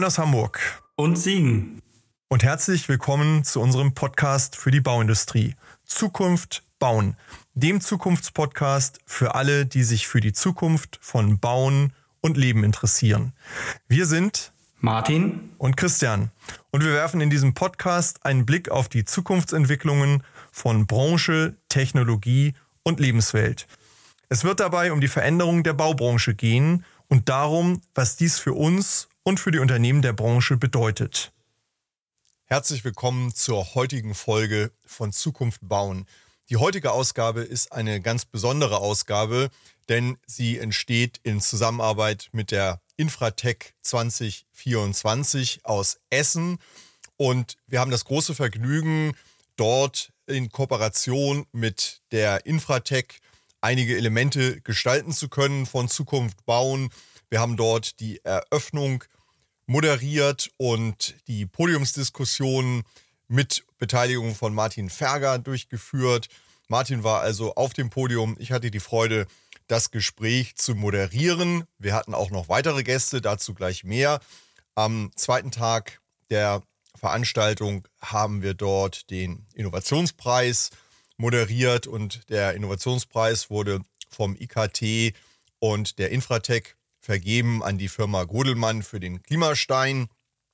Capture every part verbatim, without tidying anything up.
aus Hamburg und Siegen. Und herzlich willkommen zu unserem Podcast für die Bauindustrie. Zukunft bauen, dem Zukunftspodcast für alle, die sich für die Zukunft von Bauen und Leben interessieren. Wir sind Martin und Christian und wir werfen in diesem Podcast einen Blick auf die Zukunftsentwicklungen von Branche, Technologie und Lebenswelt. Es wird dabei um die Veränderung der Baubranche gehen und darum, was dies für uns und für die Unternehmen der Branche bedeutet. Herzlich willkommen zur heutigen Folge von Zukunft bauen. Die heutige Ausgabe ist eine ganz besondere Ausgabe, denn sie entsteht in Zusammenarbeit mit der Infratech zwanzig vierundzwanzig aus Essen. Und wir haben das große Vergnügen, dort in Kooperation mit der Infratech einige Elemente gestalten zu können von Zukunft bauen. Wir haben dort die Eröffnung moderiert und die Podiumsdiskussion mit Beteiligung von Martin Ferger durchgeführt. Martin war also auf dem Podium. Ich hatte die Freude, das Gespräch zu moderieren. Wir hatten auch noch weitere Gäste, dazu gleich mehr. Am zweiten Tag der Veranstaltung haben wir dort den Innovationspreis moderiert und der Innovationspreis wurde vom I K T und der Infratech vergeben an die Firma Grodelmann für den Klimastein.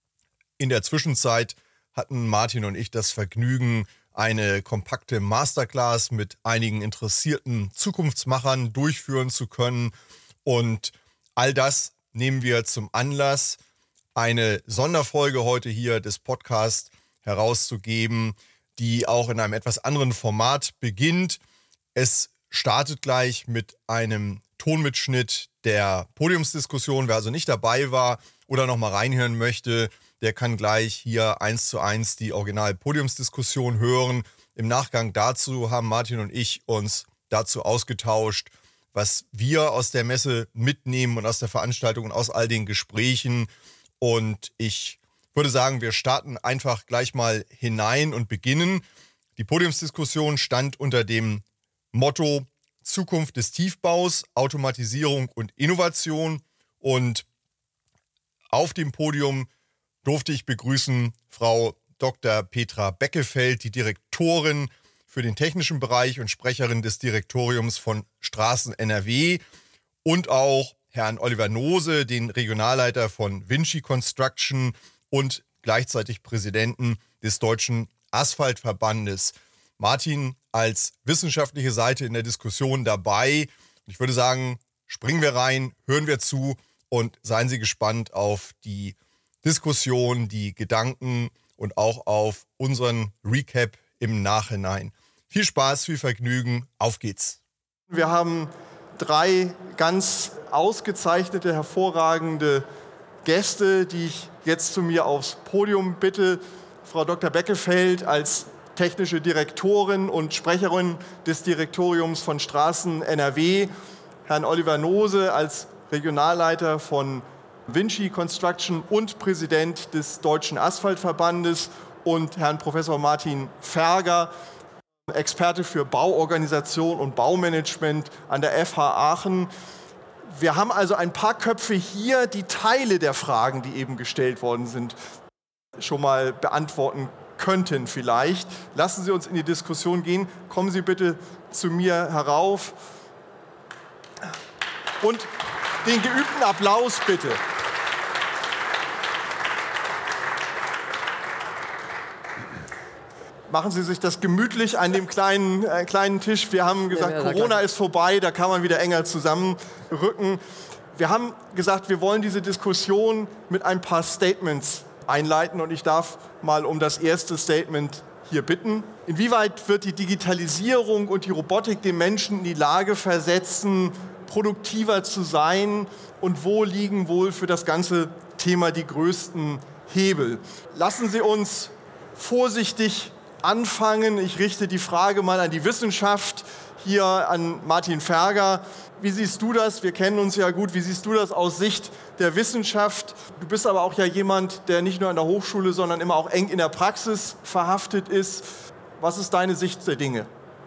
In der Zwischenzeit hatten Martin und ich das Vergnügen, eine kompakte Masterclass mit einigen interessierten Zukunftsmachern durchführen zu können. Und all das nehmen wir zum Anlass, eine Sonderfolge heute hier des Podcasts herauszugeben, die auch in einem etwas anderen Format beginnt. Es startet gleich mit einem Tonmitschnitt der Podiumsdiskussion. Wer also nicht dabei war oder noch mal reinhören möchte, der kann gleich hier eins zu eins die Original-Podiumsdiskussion hören. Im Nachgang dazu haben Martin und ich uns dazu ausgetauscht, was wir aus der Messe mitnehmen und aus der Veranstaltung und aus all den Gesprächen. Und ich würde sagen, wir starten einfach gleich mal hinein und beginnen. Die Podiumsdiskussion stand unter dem Motto Zukunft des Tiefbaus, Automatisierung und Innovation. Und auf dem Podium durfte ich begrüßen Frau Doktor Petra Beckefeld, die Direktorin für den technischen Bereich und Sprecherin des Direktoriums von Straßen N R W, und auch Herrn Oliver Nose, den Regionalleiter von Vinci Construction und gleichzeitig Präsidenten des Deutschen Asphaltverbandes. Martin als wissenschaftliche Seite in der Diskussion dabei. Ich würde sagen, springen wir rein, hören wir zu und seien Sie gespannt auf die Diskussion, die Gedanken und auch auf unseren Recap im Nachhinein. Viel Spaß, viel Vergnügen, auf geht's. Wir haben drei ganz ausgezeichnete, hervorragende Gäste, die ich jetzt zu mir aufs Podium bitte. Frau Doktor Beckefeld als technische Direktorin und Sprecherin des Direktoriums von Straßen N R W, Herrn Oliver Nose als Regionalleiter von Vinci Construction und Präsident des Deutschen Asphaltverbandes und Herrn Professor Martin Ferger, Experte für Bauorganisation und Baumanagement an der F H Aachen. Wir haben also ein paar Köpfe hier, die Teile der Fragen, die eben gestellt worden sind, schon mal beantworten könnten vielleicht. Lassen Sie uns in die Diskussion gehen. Kommen Sie bitte zu mir herauf. Und den geübten Applaus bitte. Machen Sie sich das gemütlich an dem kleinen, äh, kleinen Tisch. Wir haben gesagt, ja, Corona ist vorbei, da kann man wieder enger zusammenrücken. Wir haben gesagt, wir wollen diese Diskussion mit ein paar Statements einleiten und ich darf mal um das erste Statement hier bitten. Inwieweit wird die Digitalisierung und die Robotik den Menschen in die Lage versetzen, produktiver zu sein, und wo liegen wohl für das ganze Thema die größten Hebel? Lassen Sie uns vorsichtig anfangen. Ich richte die Frage mal an die Wissenschaft, hier an Martin Ferger. Wie siehst du das? Wir kennen uns ja gut. Wie siehst du das aus Sicht der Wissenschaft? Du bist aber auch ja jemand, der nicht nur an der Hochschule, sondern immer auch eng in der Praxis verhaftet ist. Was ist deine Sicht der Dinge?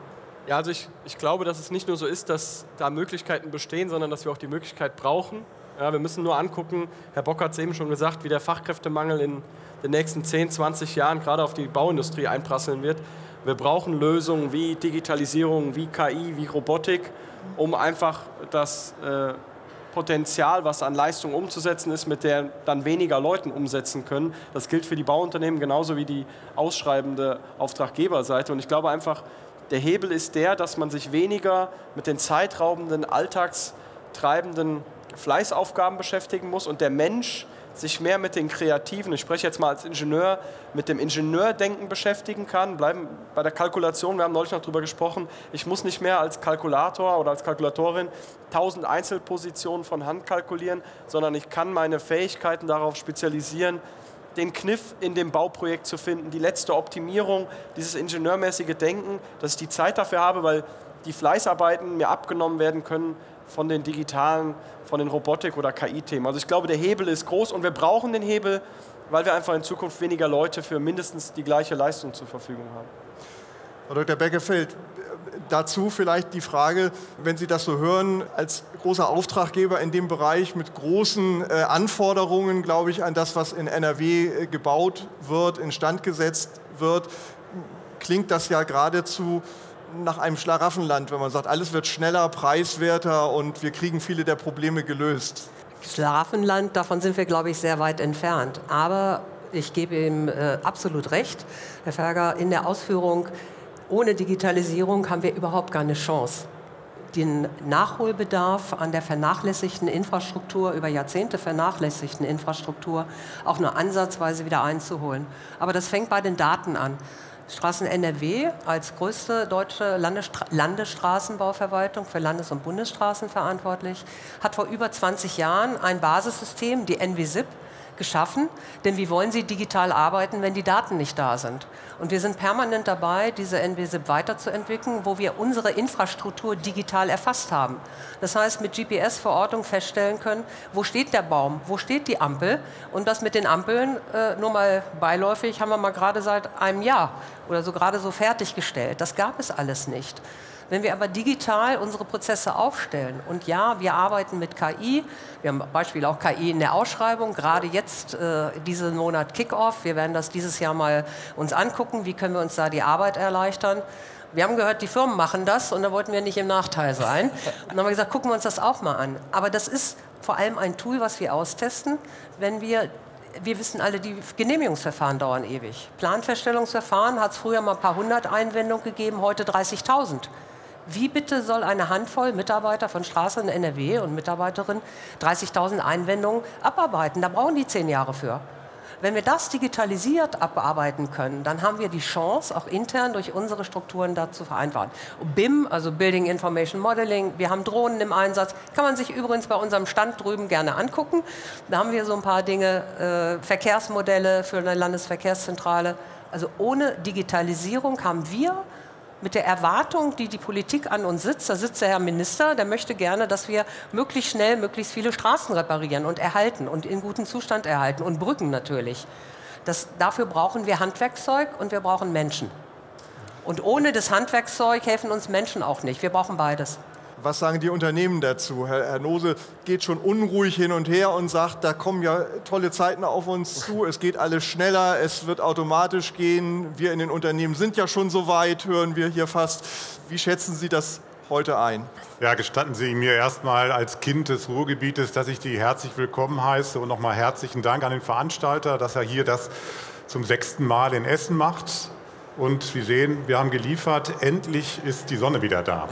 Ja, also ich, ich glaube, dass es nicht nur so ist, dass da Möglichkeiten bestehen, sondern dass wir auch die Möglichkeit brauchen. Ja, wir müssen nur angucken, Herr Bock hat es eben schon gesagt, wie der Fachkräftemangel in den nächsten zehn, zwanzig Jahren gerade auf die Bauindustrie einprasseln wird. Wir brauchen Lösungen wie Digitalisierung, wie K I, wie Robotik, um einfach das äh, Potenzial, was an Leistung umzusetzen ist, mit der dann weniger Leuten umsetzen können. Das gilt für die Bauunternehmen genauso wie die ausschreibende Auftraggeberseite. Und ich glaube einfach, der Hebel ist der, dass man sich weniger mit den zeitraubenden, alltagstreibenden Fleißaufgaben beschäftigen muss und der Mensch sich mehr mit den Kreativen, ich spreche jetzt mal als Ingenieur, mit dem Ingenieurdenken beschäftigen kann. Bleiben bei der Kalkulation, wir haben neulich noch darüber gesprochen, ich muss nicht mehr als Kalkulator oder als Kalkulatorin tausend Einzelpositionen von Hand kalkulieren, sondern ich kann meine Fähigkeiten darauf spezialisieren, den Kniff in dem Bauprojekt zu finden, die letzte Optimierung, dieses ingenieurmäßige Denken, dass ich die Zeit dafür habe, weil die Fleißarbeiten mir abgenommen werden können von den digitalen, von den Robotik- oder K I-Themen. Also ich glaube, der Hebel ist groß und wir brauchen den Hebel, weil wir einfach in Zukunft weniger Leute für mindestens die gleiche Leistung zur Verfügung haben. Frau Doktor Beckefeld, dazu vielleicht die Frage, wenn Sie das so hören, als großer Auftraggeber in dem Bereich mit großen äh, Anforderungen, glaube ich, an das, was in N R W äh, gebaut wird, instand gesetzt wird, klingt das ja geradezu nach einem Schlaraffenland, wenn man sagt, alles wird schneller, preiswerter und wir kriegen viele der Probleme gelöst. Schlaraffenland, davon sind wir, glaube ich, sehr weit entfernt. Aber ich gebe ihm äh, absolut recht, Herr Ferger, in der Ausführung, ohne Digitalisierung haben wir überhaupt keine Chance, den Nachholbedarf an der vernachlässigten Infrastruktur, über Jahrzehnte vernachlässigten Infrastruktur, auch nur ansatzweise wieder einzuholen. Aber das fängt bei den Daten an. Straßen N R W als größte deutsche Landesstra- Landesstraßenbauverwaltung für Landes- und Bundesstraßen verantwortlich, hat vor über zwanzig Jahren ein Basissystem, die N W S I P, geschaffen. Denn wie wollen Sie digital arbeiten, wenn die Daten nicht da sind? Und wir sind permanent dabei, diese N W S I P weiterzuentwickeln, wo wir unsere Infrastruktur digital erfasst haben. Das heißt, mit G P S-Verortung feststellen können, wo steht der Baum, wo steht die Ampel. Und das mit den Ampeln, äh, nur mal beiläufig, haben wir mal gerade seit einem Jahr oder so gerade so fertiggestellt. Das gab es alles nicht. Wenn wir aber digital unsere Prozesse aufstellen, und ja, wir arbeiten mit K I, wir haben Beispiel auch K I in der Ausschreibung, gerade jetzt äh, diesen Monat Kick-Off, wir werden das dieses Jahr mal uns angucken, wie können wir uns da die Arbeit erleichtern. Wir haben gehört, die Firmen machen das und da wollten wir nicht im Nachteil sein. Und dann haben wir gesagt, gucken wir uns das auch mal an. Aber das ist vor allem ein Tool, was wir austesten, wenn wir Wir wissen alle, die Genehmigungsverfahren dauern ewig. Planfeststellungsverfahren hat es früher mal ein paar hundert Einwendungen gegeben, heute dreißigtausend. Wie bitte soll eine Handvoll Mitarbeiter von Straßen in N R W und Mitarbeiterinnen dreißigtausend Einwendungen abarbeiten? Da brauchen die zehn Jahre für. Wenn wir das digitalisiert abarbeiten können, dann haben wir die Chance, auch intern durch unsere Strukturen da zu vereinfachen. B I M, also Building Information Modeling, wir haben Drohnen im Einsatz, kann man sich übrigens bei unserem Stand drüben gerne angucken. Da haben wir so ein paar Dinge, äh, Verkehrsmodelle für eine Landesverkehrszentrale. Also ohne Digitalisierung haben wir mit der Erwartung, die die Politik an uns sitzt, da sitzt der Herr Minister, der möchte gerne, dass wir möglichst schnell möglichst viele Straßen reparieren und erhalten und in gutem Zustand erhalten und Brücken natürlich. Das, dafür brauchen wir Handwerkszeug und wir brauchen Menschen. Und ohne das Handwerkszeug helfen uns Menschen auch nicht. Wir brauchen beides. Was sagen die Unternehmen dazu? Herr, Herr Nose geht schon unruhig hin und her und sagt, da kommen ja tolle Zeiten auf uns zu, es geht alles schneller, es wird automatisch gehen. Wir in den Unternehmen sind ja schon so weit, hören wir hier fast. Wie schätzen Sie das heute ein? Ja, gestatten Sie mir erstmal als Kind des Ruhrgebietes, dass ich die herzlich willkommen heiße und nochmal herzlichen Dank an den Veranstalter, dass er hier das zum sechsten Mal in Essen macht. Und Sie sehen, wir haben geliefert, endlich ist die Sonne wieder da.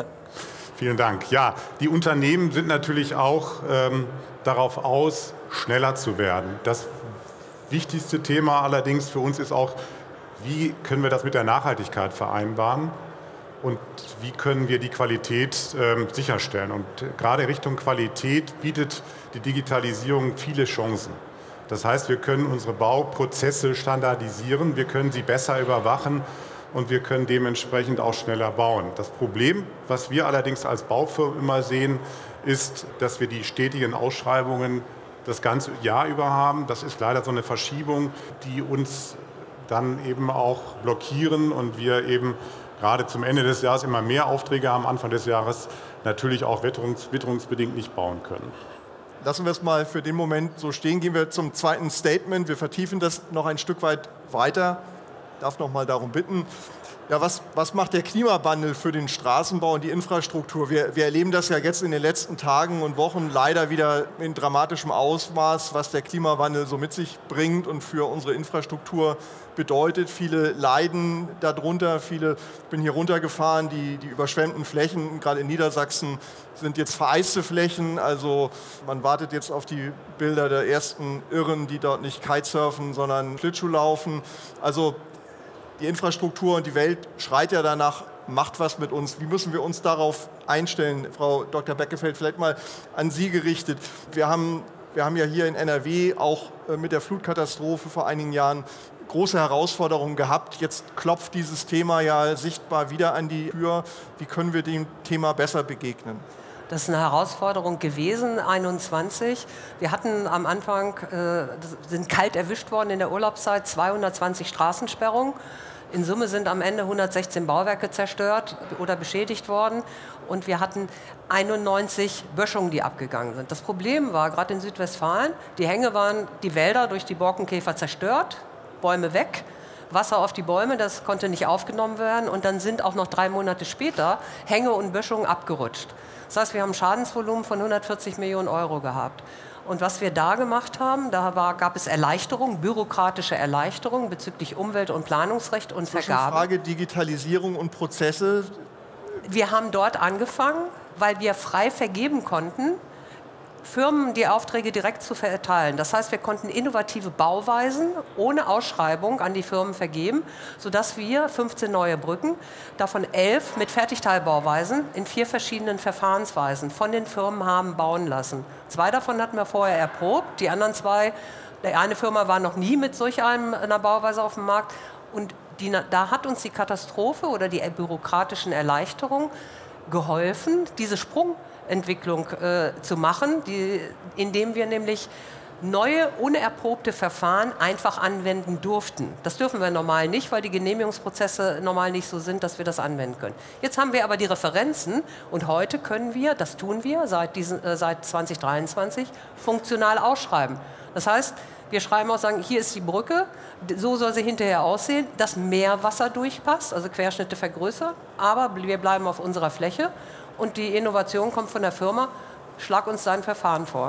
Vielen Dank. Ja, die Unternehmen sind natürlich auch ähm, darauf aus, schneller zu werden. Das wichtigste Thema allerdings für uns ist auch, wie können wir das mit der Nachhaltigkeit vereinbaren und wie können wir die Qualität ähm, sicherstellen. Und gerade Richtung Qualität bietet die Digitalisierung viele Chancen. Das heißt, wir können unsere Bauprozesse standardisieren, wir können sie besser überwachen, und wir können dementsprechend auch schneller bauen. Das Problem, was wir allerdings als Baufirmen immer sehen, ist, dass wir die stetigen Ausschreibungen das ganze Jahr über haben. Das ist leider so eine Verschiebung, die uns dann eben auch blockieren und wir eben gerade zum Ende des Jahres immer mehr Aufträge haben, Anfang des Jahres natürlich auch witterungs, witterungsbedingt nicht bauen können. Lassen wir es mal für den Moment so stehen. Gehen wir zum zweiten Statement. Wir vertiefen das noch ein Stück weit weiter. Ich darf noch mal darum bitten. Ja, was, was macht der Klimawandel für den Straßenbau und die Infrastruktur? Wir, wir erleben das ja jetzt in den letzten Tagen und Wochen leider wieder in dramatischem Ausmaß, was der Klimawandel so mit sich bringt und für unsere Infrastruktur bedeutet. Viele leiden darunter, viele, ich bin hier runtergefahren, die, die überschwemmten Flächen, gerade in Niedersachsen, sind jetzt vereiste Flächen. Also man wartet jetzt auf die Bilder der ersten Irren, die dort nicht Kitesurfen, sondern Schlittschuh laufen. Also die Infrastruktur und die Welt schreit ja danach, macht was mit uns. Wie müssen wir uns darauf einstellen? Frau Doktor Beckefeld, vielleicht mal an Sie gerichtet. Wir haben, wir haben ja hier in N R W auch mit der Flutkatastrophe vor einigen Jahren große Herausforderungen gehabt. Jetzt klopft dieses Thema ja sichtbar wieder an die Tür. Wie können wir dem Thema besser begegnen? Das ist eine Herausforderung gewesen, einundzwanzig. Wir hatten am Anfang, äh, sind kalt erwischt worden in der Urlaubszeit, zweihundertzwanzig Straßensperrungen. In Summe sind am Ende hundertsechzehn Bauwerke zerstört oder beschädigt worden. Und wir hatten einundneunzig Böschungen, die abgegangen sind. Das Problem war, gerade in Südwestfalen, die Hänge waren, die Wälder durch die Borkenkäfer zerstört, Bäume weg. Wasser auf die Bäume, das konnte nicht aufgenommen werden. Und dann sind auch noch drei Monate später Hänge und Böschungen abgerutscht. Das heißt, wir haben ein Schadensvolumen von hundertvierzig Millionen Euro gehabt. Und was wir da gemacht haben, da war, gab es Erleichterungen, bürokratische Erleichterungen bezüglich Umwelt- und Planungsrecht und Vergabe. Frage Digitalisierung und Prozesse. Wir haben dort angefangen, weil wir frei vergeben konnten, Firmen die Aufträge direkt zu verteilen. Das heißt, wir konnten innovative Bauweisen ohne Ausschreibung an die Firmen vergeben, sodass wir fünfzehn neue Brücken, davon elf mit Fertigteilbauweisen in vier verschiedenen Verfahrensweisen von den Firmen haben bauen lassen. Zwei davon hatten wir vorher erprobt, die anderen zwei, der eine Firma war noch nie mit solch einem, einer Bauweise auf dem Markt. Und die, da hat uns die Katastrophe oder die bürokratischen Erleichterungen geholfen, diese Sprung Entwicklung äh, zu machen, die, indem wir nämlich neue, unerprobte Verfahren einfach anwenden durften. Das dürfen wir normal nicht, weil die Genehmigungsprozesse normal nicht so sind, dass wir das anwenden können. Jetzt haben wir aber die Referenzen und heute können wir, das tun wir seit, diesen, äh, seit zwanzig dreiundzwanzig, funktional ausschreiben. Das heißt, wir schreiben auch, sagen, hier ist die Brücke, so soll sie hinterher aussehen, dass mehr Wasser durchpasst, also Querschnitte vergrößert, aber wir bleiben auf unserer Fläche. Und die Innovation kommt von der Firma, schlag uns dein Verfahren vor.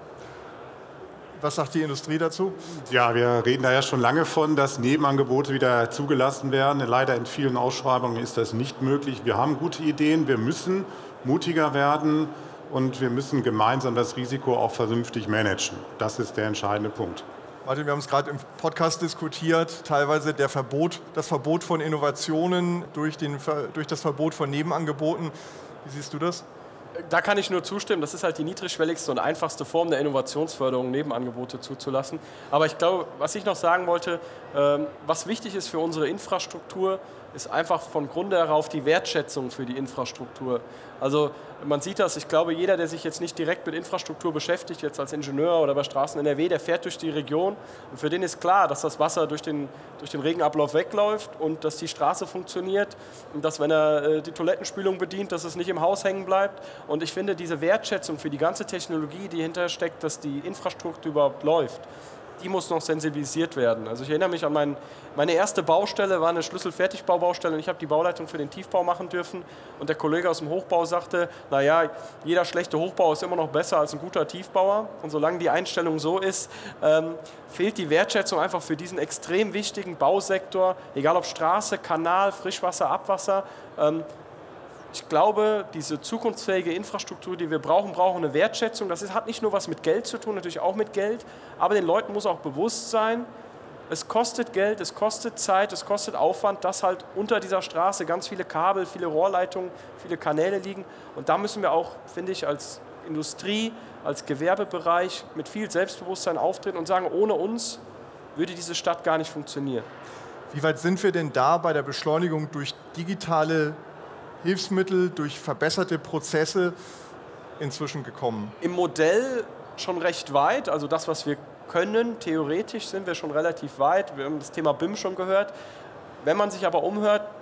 Was sagt die Industrie dazu? Ja, wir reden da ja schon lange von, dass Nebenangebote wieder zugelassen werden. Leider in vielen Ausschreibungen ist das nicht möglich. Wir haben gute Ideen, wir müssen mutiger werden und wir müssen gemeinsam das Risiko auch vernünftig managen. Das ist der entscheidende Punkt. Martin, wir haben es gerade im Podcast diskutiert, teilweise der Verbot, das Verbot von Innovationen durch, den, durch das Verbot von Nebenangeboten. Wie siehst du das? Da kann ich nur zustimmen. Das ist halt die niedrigschwelligste und einfachste Form der Innovationsförderung, Nebenangebote zuzulassen. Aber ich glaube, was ich noch sagen wollte, was wichtig ist für unsere Infrastruktur, ist einfach von Grunde herauf die Wertschätzung für die Infrastruktur. Also man sieht das, ich glaube, jeder, der sich jetzt nicht direkt mit Infrastruktur beschäftigt, jetzt als Ingenieur oder bei Straßen N R W, der fährt durch die Region und für den ist klar, dass das Wasser durch den, durch den Regenablauf wegläuft und dass die Straße funktioniert und dass, wenn er äh, die Toilettenspülung bedient, dass es nicht im Haus hängen bleibt. Und ich finde, diese Wertschätzung für die ganze Technologie, die hinterher steckt, dass die Infrastruktur überhaupt läuft, die muss noch sensibilisiert werden. Also ich erinnere mich an mein, meine erste Baustelle, war eine Schlüsselfertigbaubaustelle und ich habe die Bauleitung für den Tiefbau machen dürfen und der Kollege aus dem Hochbau sagte, naja, jeder schlechte Hochbau ist immer noch besser als ein guter Tiefbauer und solange die Einstellung so ist, ähm, fehlt die Wertschätzung einfach für diesen extrem wichtigen Bausektor, egal ob Straße, Kanal, Frischwasser, Abwasser. Ähm, Ich glaube, diese zukunftsfähige Infrastruktur, die wir brauchen, brauchen eine Wertschätzung. Das ist, hat nicht nur was mit Geld zu tun, natürlich auch mit Geld, aber den Leuten muss auch bewusst sein, es kostet Geld, es kostet Zeit, es kostet Aufwand, dass halt unter dieser Straße ganz viele Kabel, viele Rohrleitungen, viele Kanäle liegen. Und da müssen wir auch, finde ich, als Industrie, als Gewerbebereich mit viel Selbstbewusstsein auftreten und sagen, ohne uns würde diese Stadt gar nicht funktionieren. Wie weit sind wir denn da bei der Beschleunigung durch digitale Hilfsmittel, durch verbesserte Prozesse inzwischen gekommen? Im Modell schon recht weit, also das, was wir können, theoretisch sind wir schon relativ weit. Wir haben das Thema B I M schon gehört. Wenn man sich aber umhört,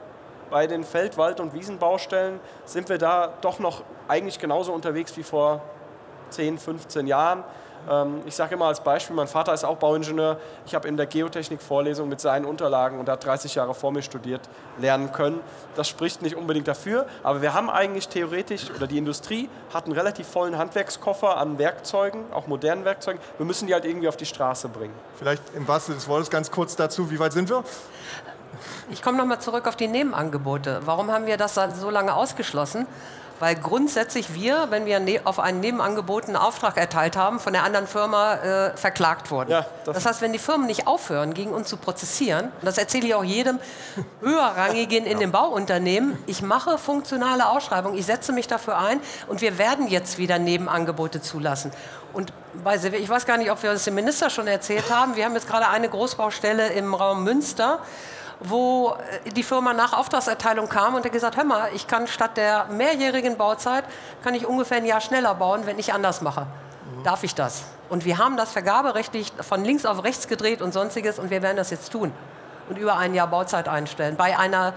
bei den Feld-, Wald- und Wiesenbaustellen sind wir da doch noch eigentlich genauso unterwegs wie vor zehn, fünfzehn Jahren. Ich sage immer als Beispiel, mein Vater ist auch Bauingenieur. Ich habe in der Geotechnik-Vorlesung mit seinen Unterlagen, und er hat dreißig Jahre vor mir studiert, lernen können. Das spricht nicht unbedingt dafür, aber wir haben eigentlich theoretisch, oder die Industrie hat einen relativ vollen Handwerkskoffer an Werkzeugen, auch modernen Werkzeugen. Wir müssen die halt irgendwie auf die Straße bringen. Vielleicht im wahrsten Sinne des Wortes ganz kurz dazu, wie weit sind wir? Ich komme noch mal zurück auf die Nebenangebote. Warum haben wir das so lange ausgeschlossen? Weil grundsätzlich wir, wenn wir auf ein Nebenangebot einen Auftrag erteilt haben, von der anderen Firma äh, verklagt wurden. Ja, das, das heißt, wenn die Firmen nicht aufhören, gegen uns zu prozessieren, und das erzähle ich auch jedem Höherrangigen in den Bauunternehmen, ich mache funktionale Ausschreibungen, ich setze mich dafür ein und wir werden jetzt wieder Nebenangebote zulassen. Und bei, ich weiß gar nicht, ob wir das dem Minister schon erzählt haben, wir haben jetzt gerade eine Großbaustelle im Raum Münster, wo die Firma nach Auftragserteilung kam und hat gesagt, hör mal, ich kann statt der mehrjährigen Bauzeit, kann ich ungefähr ein Jahr schneller bauen, wenn ich anders mache. Mhm. Darf ich das? Und wir haben das vergaberechtlich von links auf rechts gedreht und sonstiges und wir werden das jetzt tun und über ein Jahr Bauzeit einstellen. Bei einer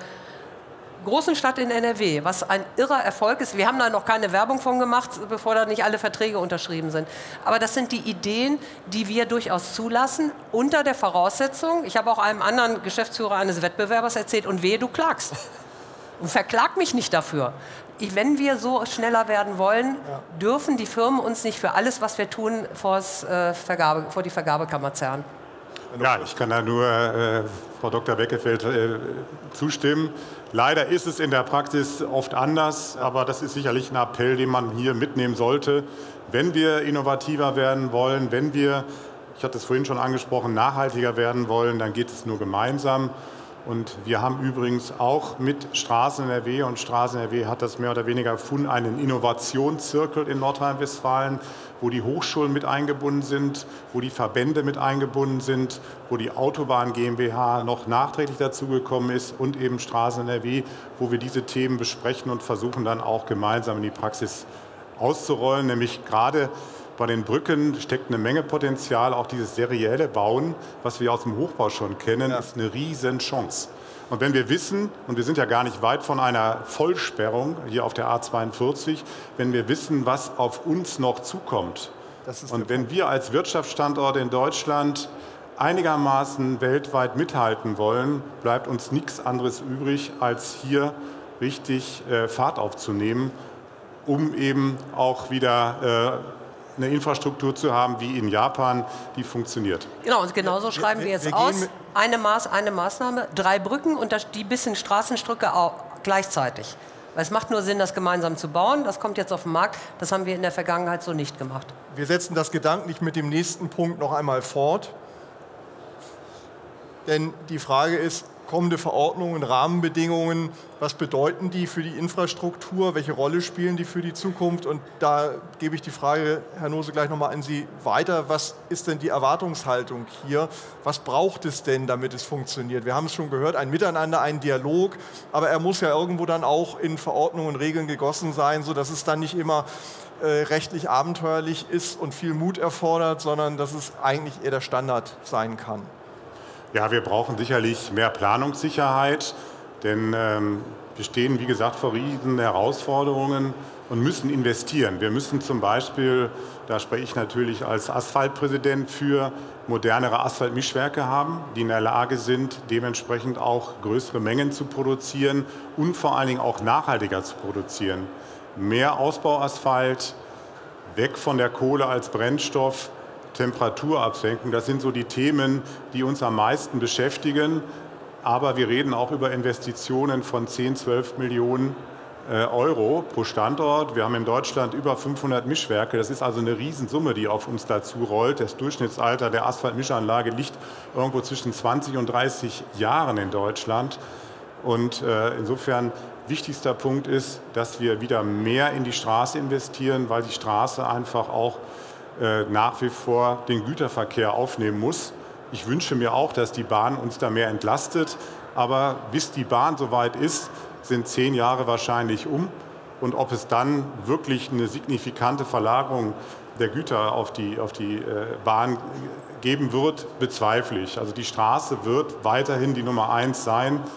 großen Stadt in N R W, was ein irrer Erfolg ist. Wir haben da noch keine Werbung von gemacht, bevor da nicht alle Verträge unterschrieben sind. Aber das sind die Ideen, die wir durchaus zulassen, unter der Voraussetzung, ich habe auch einem anderen Geschäftsführer eines Wettbewerbers erzählt, und wehe, du klagst. Und verklag mich nicht dafür. Ich, wenn wir so schneller werden wollen, ja. dürfen die Firmen uns nicht für alles, was wir tun, vors, äh, Vergabe, vor die Vergabekammer zerren. Ja, ich kann da nur äh, Frau Doktor Beckefeld äh, zustimmen. Leider ist es in der Praxis oft anders, aber das ist sicherlich ein Appell, den man hier mitnehmen sollte. Wenn wir innovativer werden wollen, wenn wir, ich hatte es vorhin schon angesprochen, nachhaltiger werden wollen, dann geht es nur gemeinsam. Und wir haben übrigens auch mit Straßen N R W, und Straßen N R W hat das mehr oder weniger gefunden, einen Innovationszirkel in Nordrhein-Westfalen, wo die Hochschulen mit eingebunden sind, wo die Verbände mit eingebunden sind, wo die Autobahn GmbH noch nachträglich dazugekommen ist und eben Straßen N R W, wo wir diese Themen besprechen und versuchen dann auch gemeinsam in die Praxis auszurollen. Nämlich gerade bei den Brücken steckt eine Menge Potenzial. Auch dieses serielle Bauen, was wir aus dem Hochbau schon kennen, ja. ist eine Riesenchance. Und wenn wir wissen, und wir sind ja gar nicht weit von einer Vollsperrung hier auf der A zweiundvierzig, wenn wir wissen, was auf uns noch zukommt, und wenn wir als Wirtschaftsstandort in Deutschland einigermaßen weltweit mithalten wollen, bleibt uns nichts anderes übrig, als hier richtig äh, Fahrt aufzunehmen, um eben auch wieder äh, eine Infrastruktur zu haben wie in Japan, die funktioniert. Genau, und genauso schreiben wir, wir jetzt wir aus, eine, Maß, eine Maßnahme, drei Brücken und das, die bisschen Straßenstücke auch gleichzeitig. Weil es macht nur Sinn, das gemeinsam zu bauen, das kommt jetzt auf den Markt, das haben wir in der Vergangenheit so nicht gemacht. Wir setzen das gedanklich mit dem nächsten Punkt noch einmal fort, denn die Frage ist, kommende Verordnungen, Rahmenbedingungen, was bedeuten die für die Infrastruktur, welche Rolle spielen die für die Zukunft? Und da gebe ich die Frage, Herr Noose, gleich nochmal an Sie weiter. Was ist denn die Erwartungshaltung hier? Was braucht es denn, damit es funktioniert? Wir haben es schon gehört, ein Miteinander, ein Dialog, aber er muss ja irgendwo dann auch in Verordnungen und Regeln gegossen sein, sodass es dann nicht immer äh, rechtlich abenteuerlich ist und viel Mut erfordert, sondern dass es eigentlich eher der Standard sein kann. Ja, wir brauchen sicherlich mehr Planungssicherheit, denn ähm, wir stehen, wie gesagt, vor riesen Herausforderungen und müssen investieren. Wir müssen zum Beispiel, da spreche ich natürlich als Asphaltpräsident für, modernere Asphaltmischwerke haben, die in der Lage sind, dementsprechend auch größere Mengen zu produzieren und vor allen Dingen auch nachhaltiger zu produzieren. Mehr Ausbauasphalt, weg von der Kohle als Brennstoff, Temperaturabsenkung, das sind so die Themen, die uns am meisten beschäftigen. Aber wir reden auch über Investitionen von zehn, zwölf Millionen Euro pro Standort. Wir haben in Deutschland über fünfhundert Mischwerke. Das ist also eine Riesensumme, die auf uns dazu rollt. Das Durchschnittsalter der Asphaltmischanlage liegt irgendwo zwischen zwanzig und dreißig Jahren in Deutschland. Und äh, insofern wichtigster Punkt ist, dass wir wieder mehr in die Straße investieren, weil die Straße einfach auch nach wie vor den Güterverkehr aufnehmen muss. Ich wünsche mir auch, dass die Bahn uns da mehr entlastet. Aber bis die Bahn soweit ist, sind zehn Jahre wahrscheinlich um. Und ob es dann wirklich eine signifikante Verlagerung der Güter auf die, auf die Bahn geben wird, bezweifle ich. Also die Straße wird weiterhin die Nummer eins sein.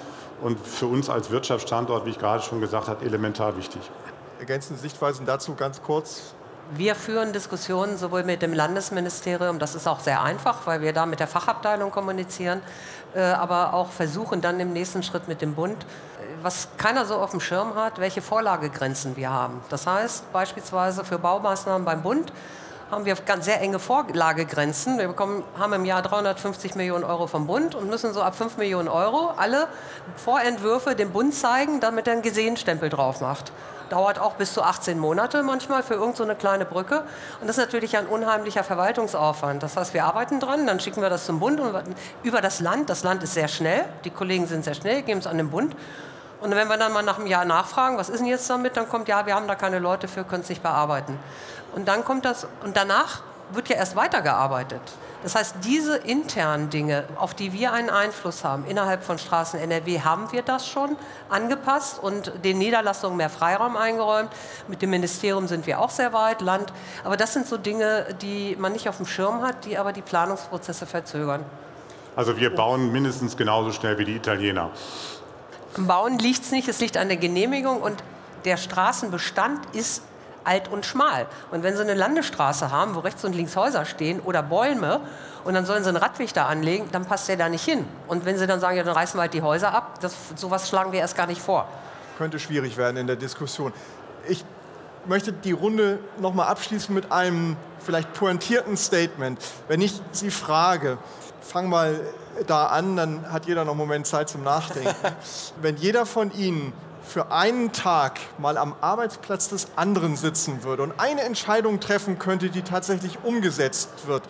und für uns als Wirtschaftsstandort, wie ich gerade schon gesagt habe, elementar wichtig. Ergänzende Sichtweisen dazu ganz kurz. Wir führen Diskussionen sowohl mit dem Landesministerium, das ist auch sehr einfach, weil wir da mit der Fachabteilung kommunizieren, äh, aber auch versuchen dann im nächsten Schritt mit dem Bund, was keiner so auf dem Schirm hat, welche Vorlagegrenzen wir haben. Das heißt beispielsweise für Baumaßnahmen beim Bund haben wir ganz sehr enge Vorlagegrenzen. Wir bekommen, haben im Jahr dreihundertfünfzig Millionen Euro vom Bund und müssen so ab fünf Millionen Euro alle Vorentwürfe dem Bund zeigen, damit er einen Gesehenstempel drauf macht. Dauert auch bis zu achtzehn Monate manchmal für irgend so eine kleine Brücke. Und das ist natürlich ein unheimlicher Verwaltungsaufwand. Das heißt, wir arbeiten dran, dann schicken wir das zum Bund und über das Land. Das Land ist sehr schnell, die Kollegen sind sehr schnell, geben es an den Bund. Und wenn wir dann mal nach einem Jahr nachfragen, was ist denn jetzt damit, dann kommt, ja, wir haben da keine Leute für, können es nicht bearbeiten. Und dann kommt das, und danach wird ja erst weitergearbeitet. Das heißt, diese internen Dinge, auf die wir einen Einfluss haben, innerhalb von Straßen N R W, haben wir das schon angepasst und den Niederlassungen mehr Freiraum eingeräumt. Mit dem Ministerium sind wir auch sehr weit, Land. Aber das sind so Dinge, die man nicht auf dem Schirm hat, die aber die Planungsprozesse verzögern. Also wir bauen mindestens genauso schnell wie die Italiener. Am Bauen liegt es nicht, es liegt an der Genehmigung und der Straßenbestand ist alt und schmal. Und wenn Sie eine Landesstraße haben, wo rechts und links Häuser stehen oder Bäume und dann sollen Sie einen Radweg da anlegen, dann passt der da nicht hin. Und wenn Sie dann sagen, ja, dann reißen wir halt die Häuser ab, das, sowas schlagen wir erst gar nicht vor. Könnte schwierig werden in der Diskussion. Ich möchte die Runde noch mal abschließen mit einem vielleicht pointierten Statement. Wenn ich Sie frage, fang mal da an, dann hat jeder noch einen Moment Zeit zum Nachdenken. Wenn jeder von Ihnen für einen Tag mal am Arbeitsplatz des anderen sitzen würde und eine Entscheidung treffen könnte, die tatsächlich umgesetzt wird,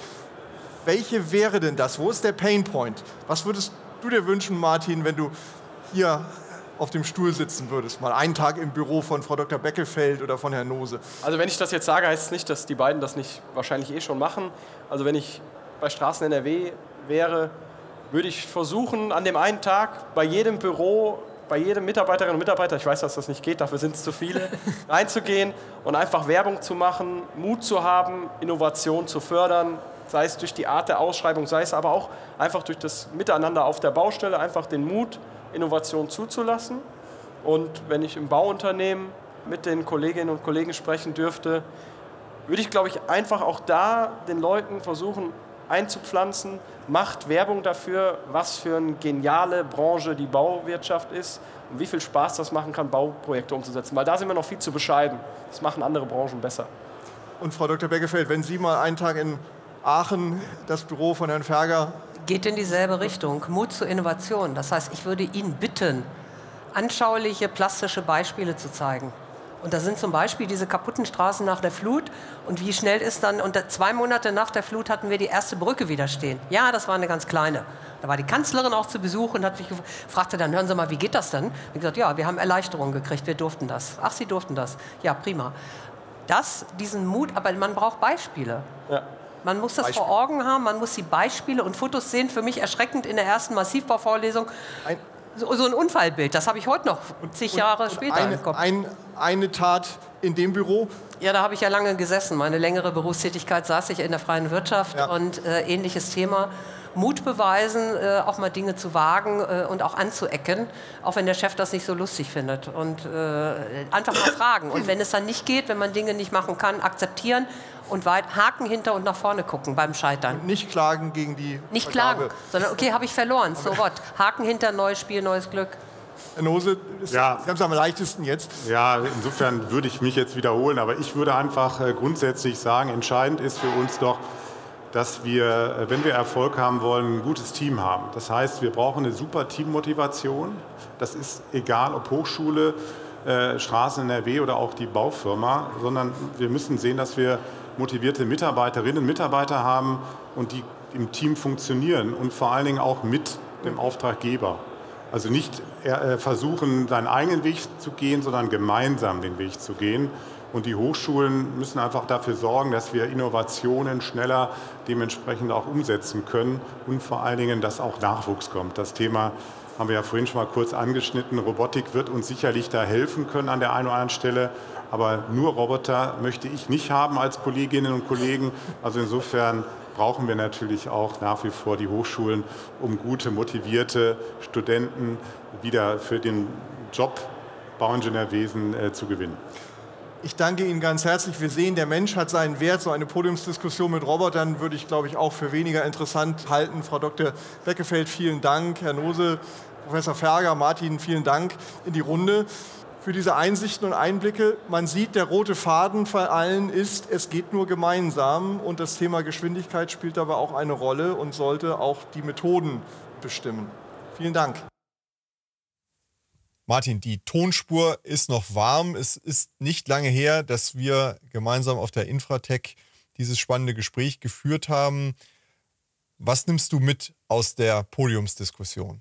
welche wäre denn das? Wo ist der Painpoint? Was würdest du dir wünschen, Martin, wenn du hier auf dem Stuhl sitzen würdest? Mal einen Tag im Büro von Frau Doktor Beckefeld oder von Herrn Nose. Also wenn ich das jetzt sage, heißt es nicht, dass die beiden das nicht wahrscheinlich eh schon machen. Also wenn ich bei Straßen N R W wäre, würde ich versuchen, an dem einen Tag bei jedem Büro, bei jedem Mitarbeiterinnen und Mitarbeiter, ich weiß, dass das nicht geht, dafür sind es zu viele, reinzugehen und einfach Werbung zu machen, Mut zu haben, Innovation zu fördern, sei es durch die Art der Ausschreibung, sei es aber auch einfach durch das Miteinander auf der Baustelle, einfach den Mut, Innovation zuzulassen. Und wenn ich im Bauunternehmen mit den Kolleginnen und Kollegen sprechen dürfte, würde ich, glaube ich, einfach auch da den Leuten versuchen einzupflanzen, macht Werbung dafür, was für eine geniale Branche die Bauwirtschaft ist und wie viel Spaß das machen kann, Bauprojekte umzusetzen. Weil da sind wir noch viel zu bescheiden. Das machen andere Branchen besser. Und Frau Doktor Beckefeld, wenn Sie mal einen Tag in Aachen das Büro von Herrn Ferger... Geht in dieselbe Richtung. Mut zur Innovation. Das heißt, ich würde ihn bitten, anschauliche, plastische Beispiele zu zeigen. Und da sind zum Beispiel diese kaputten Straßen nach der Flut. Und wie schnell ist dann, und zwei Monate nach der Flut hatten wir die erste Brücke wieder stehen. Ja, das war eine ganz kleine. Da war die Kanzlerin auch zu Besuch und hat mich gefragt, dann hören Sie mal, wie geht das denn? Ich gesagt, ja, wir haben Erleichterung gekriegt, wir durften das. Ach, Sie durften das. Ja, prima. Das, diesen Mut, aber man braucht Beispiele. Ja. Man muss das Beispiel. vor Augen haben, man muss die Beispiele und Fotos sehen. Für mich erschreckend in der ersten Massivbauvorlesung. Ein So, so ein Unfallbild, das habe ich heute noch, zig Jahre und später eine, im Kopf. Ein, eine Tat in dem Büro? Ja, da habe ich ja lange gesessen. Meine längere Berufstätigkeit saß ich in der freien Wirtschaft ja. und äh, ähnliches Thema. Mut beweisen, äh, auch mal Dinge zu wagen äh, und auch anzuecken, auch wenn der Chef das nicht so lustig findet. Und äh, einfach mal fragen. Und wenn es dann nicht geht, wenn man Dinge nicht machen kann, akzeptieren und weit Haken hinter und nach vorne gucken beim Scheitern. Und nicht klagen gegen die Nicht Vergabe. klagen, sondern okay, habe ich verloren, so what. Haken hinter, neues Spiel, neues Glück. Herr Nose, ja. Sie haben es am leichtesten jetzt. Ja, insofern würde ich mich jetzt wiederholen, aber ich würde einfach äh, grundsätzlich sagen, entscheidend ist für uns doch, dass wir, wenn wir Erfolg haben wollen, ein gutes Team haben. Das heißt, wir brauchen eine super Teammotivation. Das ist egal, ob Hochschule, äh, Straßen N R W oder auch die Baufirma, sondern wir müssen sehen, dass wir motivierte Mitarbeiterinnen und Mitarbeiter haben und die im Team funktionieren und vor allen Dingen auch mit dem Auftraggeber. Also nicht äh, versuchen, seinen eigenen Weg zu gehen, sondern gemeinsam den Weg zu gehen. Und die Hochschulen müssen einfach dafür sorgen, dass wir Innovationen schneller dementsprechend auch umsetzen können und vor allen Dingen, dass auch Nachwuchs kommt. Das Thema haben wir ja vorhin schon mal kurz angeschnitten. Robotik wird uns sicherlich da helfen können an der einen oder anderen Stelle. Aber nur Roboter möchte ich nicht haben als Kolleginnen und Kollegen. Also insofern brauchen wir natürlich auch nach wie vor die Hochschulen, um gute, motivierte Studenten wieder für den Job Bauingenieurwesen äh, zu gewinnen. Ich danke Ihnen ganz herzlich. Wir sehen, der Mensch hat seinen Wert. So eine Podiumsdiskussion mit Robotern würde ich, glaube ich, auch für weniger interessant halten. Frau Doktor Beckefeld, vielen Dank. Herr Nose, Professor Ferger, Martin, vielen Dank in die Runde für diese Einsichten und Einblicke. Man sieht, der rote Faden von allen ist, es geht nur gemeinsam. Und das Thema Geschwindigkeit spielt dabei auch eine Rolle und sollte auch die Methoden bestimmen. Vielen Dank. Martin, die Tonspur ist noch warm. Es ist nicht lange her, dass wir gemeinsam auf der Infratech dieses spannende Gespräch geführt haben. Was nimmst du mit aus der Podiumsdiskussion?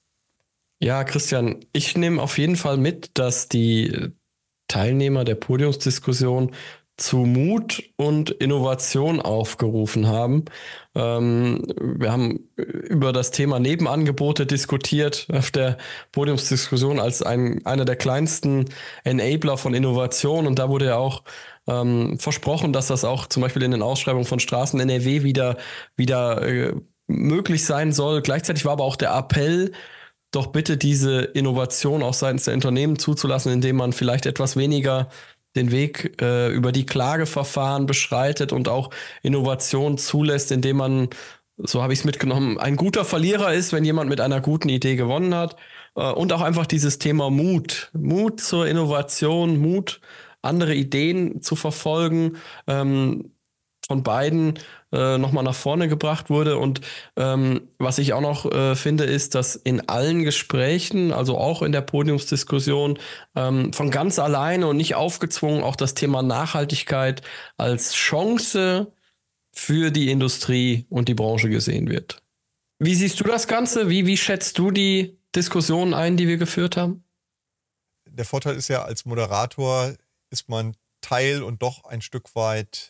Ja, Christian, ich nehme auf jeden Fall mit, dass die Teilnehmer der Podiumsdiskussion zu Mut und Innovation aufgerufen haben. Ähm, wir haben über das Thema Nebenangebote diskutiert auf der Podiumsdiskussion als ein, einer der kleinsten Enabler von Innovation. Und da wurde ja auch ähm, versprochen, dass das auch zum Beispiel in den Ausschreibungen von Straßen N R W wieder, wieder äh, möglich sein soll. Gleichzeitig war aber auch der Appell, doch bitte diese Innovation auch seitens der Unternehmen zuzulassen, indem man vielleicht etwas weniger den Weg äh, über die Klageverfahren beschreitet und auch Innovation zulässt, indem man, so habe ich es mitgenommen, ein guter Verlierer ist, wenn jemand mit einer guten Idee gewonnen hat. Äh, und auch einfach dieses Thema Mut. Mut zur Innovation, Mut, andere Ideen zu verfolgen, ähm, von beiden äh, nochmal nach vorne gebracht wurde. Und ähm, was ich auch noch äh, finde, ist, dass in allen Gesprächen, also auch in der Podiumsdiskussion, ähm, von ganz alleine und nicht aufgezwungen auch das Thema Nachhaltigkeit als Chance für die Industrie und die Branche gesehen wird. Wie siehst du das Ganze? Wie, wie schätzt du die Diskussionen ein, die wir geführt haben? Der Vorteil ist ja, als Moderator ist man Teil und doch ein Stück weit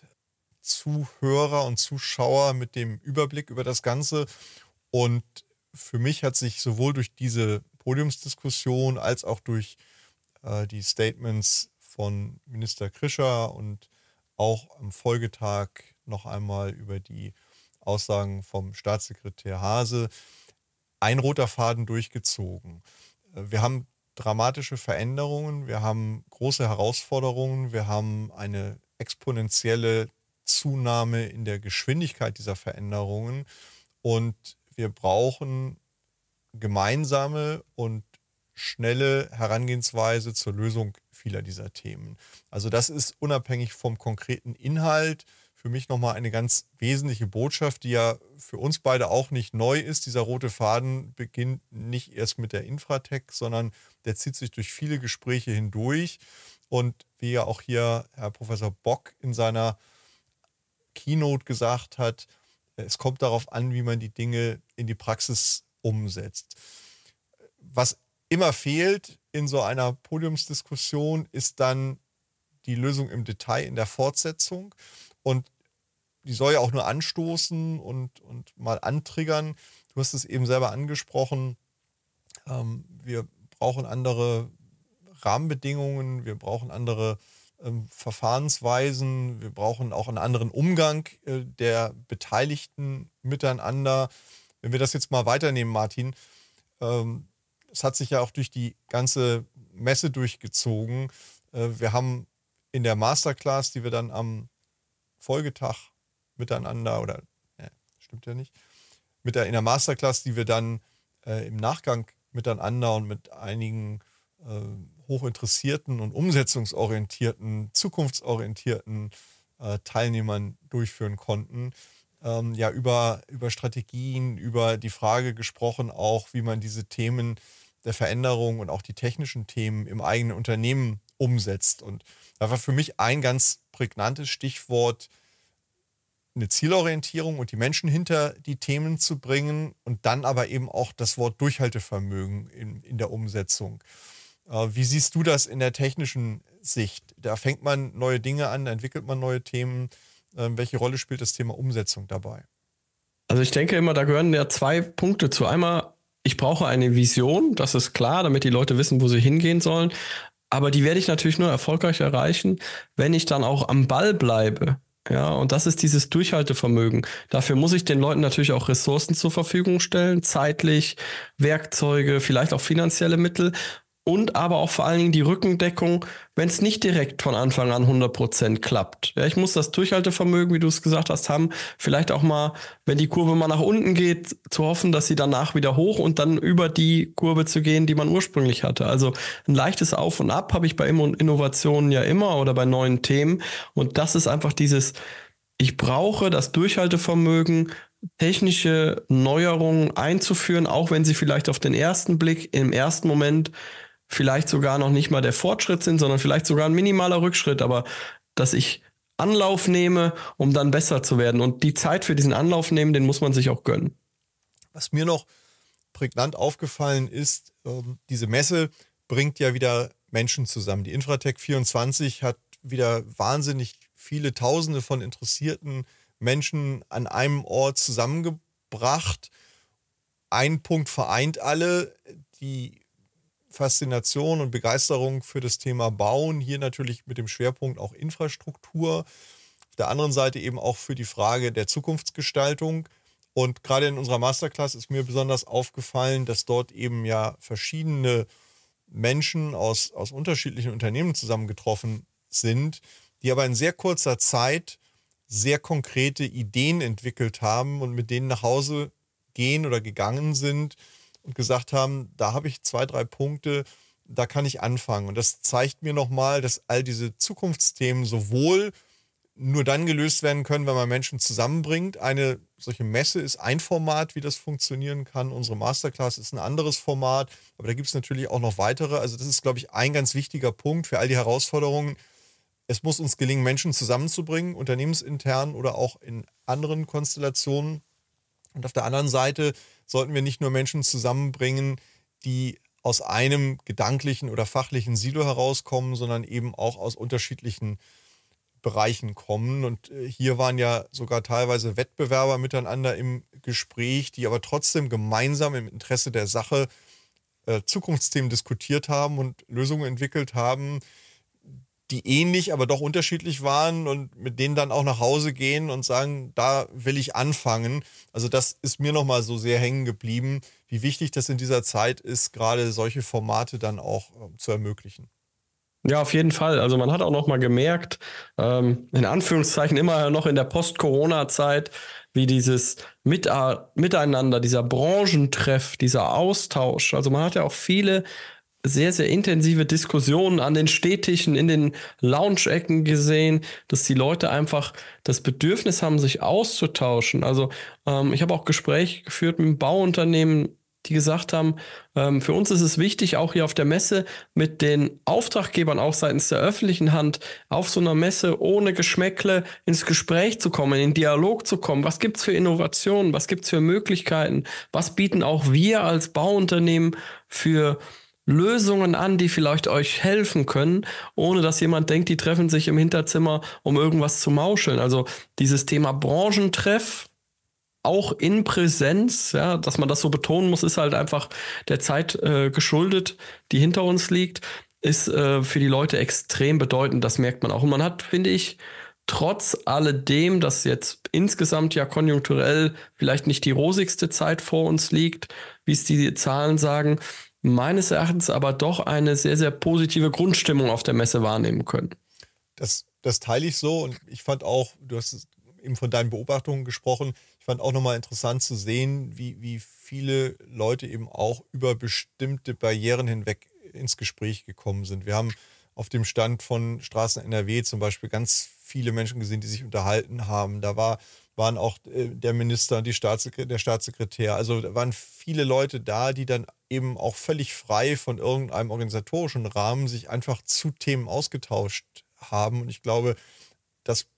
Zuhörer und Zuschauer mit dem Überblick über das Ganze. Und für mich hat sich sowohl durch diese Podiumsdiskussion als auch durch äh, die Statements von Minister Krischer und auch am Folgetag noch einmal über die Aussagen vom Staatssekretär Hase ein roter Faden durchgezogen. Wir haben dramatische Veränderungen, wir haben große Herausforderungen, wir haben eine exponentielle Zunahme in der Geschwindigkeit dieser Veränderungen und wir brauchen gemeinsame und schnelle Herangehensweise zur Lösung vieler dieser Themen. Also das ist unabhängig vom konkreten Inhalt für mich nochmal eine ganz wesentliche Botschaft, die ja für uns beide auch nicht neu ist. Dieser rote Faden beginnt nicht erst mit der Infratech, sondern der zieht sich durch viele Gespräche hindurch und wie ja auch hier Herr Professor Bock in seiner Keynote gesagt hat, es kommt darauf an, wie man die Dinge in die Praxis umsetzt. Was immer fehlt in so einer Podiumsdiskussion, ist dann die Lösung im Detail in der Fortsetzung. Und die soll ja auch nur anstoßen und, und mal antriggern. Du hast es eben selber angesprochen. Ähm, wir brauchen andere Rahmenbedingungen, wir brauchen andere ähm, Verfahrensweisen, wir brauchen auch einen anderen Umgang äh, der Beteiligten miteinander. Wenn wir das jetzt mal weiternehmen, Martin, ähm, es hat sich ja auch durch die ganze Messe durchgezogen. Äh, wir haben in der Masterclass, die wir dann am Folgetag miteinander, oder ne, stimmt ja nicht, mit der, in der Masterclass, die wir dann äh, im Nachgang miteinander und mit einigen äh, hochinteressierten und umsetzungsorientierten, zukunftsorientierten äh, Teilnehmern durchführen konnten, ähm, ja über, über Strategien, über die Frage gesprochen, auch wie man diese Themen der Veränderung und auch die technischen Themen im eigenen Unternehmen umsetzt. Und da war für mich ein ganz prägnantes Stichwort, eine Zielorientierung und die Menschen hinter die Themen zu bringen und dann aber eben auch das Wort Durchhaltevermögen in, in der Umsetzung. Äh, wie siehst du das in der technischen Sicht? Da fängt man neue Dinge an, da entwickelt man neue Themen. Äh, welche Rolle spielt das Thema Umsetzung dabei? Also ich denke immer, da gehören ja zwei Punkte zu. Einmal, ich brauche eine Vision, das ist klar, damit die Leute wissen, wo sie hingehen sollen. Aber die werde ich natürlich nur erfolgreich erreichen, wenn ich dann auch am Ball bleibe. Ja, und das ist dieses Durchhaltevermögen. Dafür muss ich den Leuten natürlich auch Ressourcen zur Verfügung stellen, zeitlich, Werkzeuge, vielleicht auch finanzielle Mittel und aber auch vor allen Dingen die Rückendeckung, wenn es nicht direkt von Anfang an hundert Prozent klappt. Ja, ich muss das Durchhaltevermögen, wie du es gesagt hast, haben. Vielleicht auch mal, wenn die Kurve mal nach unten geht, zu hoffen, dass sie danach wieder hoch und dann über die Kurve zu gehen, die man ursprünglich hatte. Also ein leichtes Auf und Ab habe ich bei Innovationen ja immer oder bei neuen Themen. Und das ist einfach dieses, ich brauche das Durchhaltevermögen, technische Neuerungen einzuführen, auch wenn sie vielleicht auf den ersten Blick, im ersten Moment vielleicht sogar noch nicht mal der Fortschritt sind, sondern vielleicht sogar ein minimaler Rückschritt, aber dass ich Anlauf nehme, um dann besser zu werden. Und die Zeit für diesen Anlauf nehmen, den muss man sich auch gönnen. Was mir noch prägnant aufgefallen ist, ähm, diese Messe bringt ja wieder Menschen zusammen. Die Infratech vierundzwanzig hat wieder wahnsinnig viele Tausende von interessierten Menschen an einem Ort zusammengebracht. Ein Punkt vereint alle, die Faszination und Begeisterung für das Thema Bauen, hier natürlich mit dem Schwerpunkt auch Infrastruktur, auf der anderen Seite eben auch für die Frage der Zukunftsgestaltung. Und gerade in unserer Masterclass ist mir besonders aufgefallen, dass dort eben ja verschiedene Menschen aus, aus unterschiedlichen Unternehmen zusammengetroffen sind, die aber in sehr kurzer Zeit sehr konkrete Ideen entwickelt haben und mit denen nach Hause gehen oder gegangen sind und gesagt haben, da habe ich zwei, drei Punkte, da kann ich anfangen. Und das zeigt mir nochmal, dass all diese Zukunftsthemen sowohl nur dann gelöst werden können, wenn man Menschen zusammenbringt. Eine solche Messe ist ein Format, wie das funktionieren kann. Unsere Masterclass ist ein anderes Format, aber da gibt es natürlich auch noch weitere. Also das ist, glaube ich, ein ganz wichtiger Punkt für all die Herausforderungen. Es muss uns gelingen, Menschen zusammenzubringen, unternehmensintern oder auch in anderen Konstellationen. Und auf der anderen Seite sollten wir nicht nur Menschen zusammenbringen, die aus einem gedanklichen oder fachlichen Silo herauskommen, sondern eben auch aus unterschiedlichen Bereichen kommen. Und hier waren ja sogar teilweise Wettbewerber miteinander im Gespräch, die aber trotzdem gemeinsam im Interesse der Sache äh, Zukunftsthemen diskutiert haben und Lösungen entwickelt haben, die ähnlich, aber doch unterschiedlich waren und mit denen dann auch nach Hause gehen und sagen, da will ich anfangen. Also das ist mir nochmal so sehr hängen geblieben, wie wichtig das in dieser Zeit ist, gerade solche Formate dann auch äh, zu ermöglichen. Ja, auf jeden Fall. Also man hat auch noch mal gemerkt, ähm, in Anführungszeichen immer noch in der Post-Corona-Zeit, wie dieses Mit- Miteinander, dieser Branchentreff, dieser Austausch. Also man hat ja auch viele sehr, sehr intensive Diskussionen an den Städtischen, in den Lounge-Ecken gesehen, dass die Leute einfach das Bedürfnis haben, sich auszutauschen. Also ähm, ich habe auch Gespräche geführt mit Bauunternehmen, die gesagt haben, ähm, für uns ist es wichtig, auch hier auf der Messe mit den Auftraggebern, auch seitens der öffentlichen Hand, auf so einer Messe ohne Geschmäckle ins Gespräch zu kommen, in den Dialog zu kommen. Was gibt es für Innovationen? Was gibt es für Möglichkeiten? Was bieten auch wir als Bauunternehmen für Lösungen an, die vielleicht euch helfen können, ohne dass jemand denkt, die treffen sich im Hinterzimmer, um irgendwas zu mauscheln. Also dieses Thema Branchentreff, auch in Präsenz, ja, dass man das so betonen muss, ist halt einfach der Zeit äh, geschuldet, die hinter uns liegt, ist äh, für die Leute extrem bedeutend. Das merkt man auch. Und man hat, finde ich, trotz alledem, dass jetzt insgesamt ja konjunkturell vielleicht nicht die rosigste Zeit vor uns liegt, wie es die Zahlen sagen, meines Erachtens aber doch eine sehr, sehr positive Grundstimmung auf der Messe wahrnehmen können. Das, das teile ich so und ich fand auch, du hast eben von deinen Beobachtungen gesprochen, ich fand auch nochmal interessant zu sehen, wie, wie viele Leute eben auch über bestimmte Barrieren hinweg ins Gespräch gekommen sind. Wir haben auf dem Stand von Straßen N R W zum Beispiel ganz viele Menschen gesehen, die sich unterhalten haben. Da war, waren auch äh, der Minister und die Staatssekretär, der Staatssekretär. Also da waren viele Leute da, die dann eben auch völlig frei von irgendeinem organisatorischen Rahmen sich einfach zu Themen ausgetauscht haben. Und ich glaube, das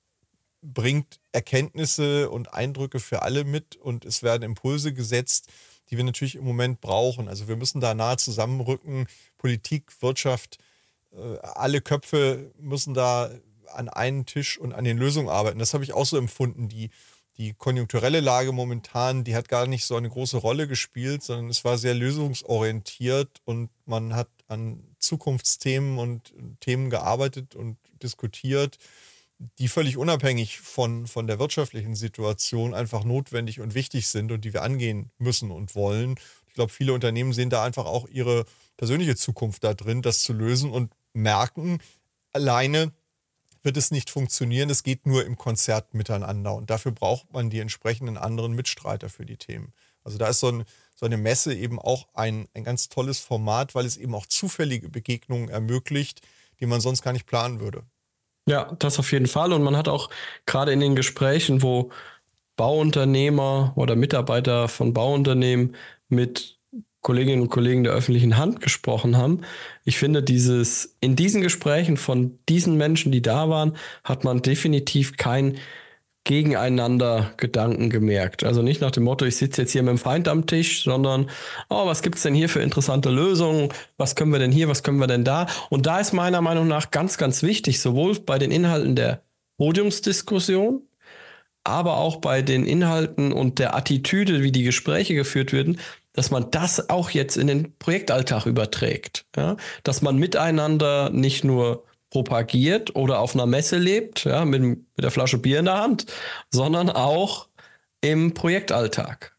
bringt Erkenntnisse und Eindrücke für alle mit und es werden Impulse gesetzt, die wir natürlich im Moment brauchen. Also wir müssen da nahe zusammenrücken, Politik, Wirtschaft, äh, alle Köpfe müssen da an einen Tisch und an den Lösungen arbeiten. Das habe ich auch so empfunden. Die, die konjunkturelle Lage momentan, die hat gar nicht so eine große Rolle gespielt, sondern es war sehr lösungsorientiert und man hat an Zukunftsthemen und Themen gearbeitet und diskutiert, die völlig unabhängig von, von der wirtschaftlichen Situation einfach notwendig und wichtig sind und die wir angehen müssen und wollen. Ich glaube, viele Unternehmen sehen da einfach auch ihre persönliche Zukunft da drin, das zu lösen und merken, alleine wird es nicht funktionieren. Es geht nur im Konzert miteinander. Und dafür braucht man die entsprechenden anderen Mitstreiter für die Themen. Also da ist so, ein, so eine Messe eben auch ein, ein ganz tolles Format, weil es eben auch zufällige Begegnungen ermöglicht, die man sonst gar nicht planen würde. Ja, das auf jeden Fall. Und man hat auch gerade in den Gesprächen, wo Bauunternehmer oder Mitarbeiter von Bauunternehmen mit Kolleginnen und Kollegen der öffentlichen Hand gesprochen haben. Ich finde, dieses, in diesen Gesprächen von diesen Menschen, die da waren, hat man definitiv kein Gegeneinander Gedanken gemerkt. Also nicht nach dem Motto, ich sitze jetzt hier mit dem Feind am Tisch, sondern, oh, was gibt es denn hier für interessante Lösungen? Was können wir denn hier, was können wir denn da? Und da ist meiner Meinung nach ganz, ganz wichtig, sowohl bei den Inhalten der Podiumsdiskussion, aber auch bei den Inhalten und der Attitüde, wie die Gespräche geführt werden, dass man das auch jetzt in den Projektalltag überträgt. Ja? Dass man miteinander nicht nur propagiert oder auf einer Messe lebt, ja, mit, mit der Flasche Bier in der Hand, sondern auch im Projektalltag.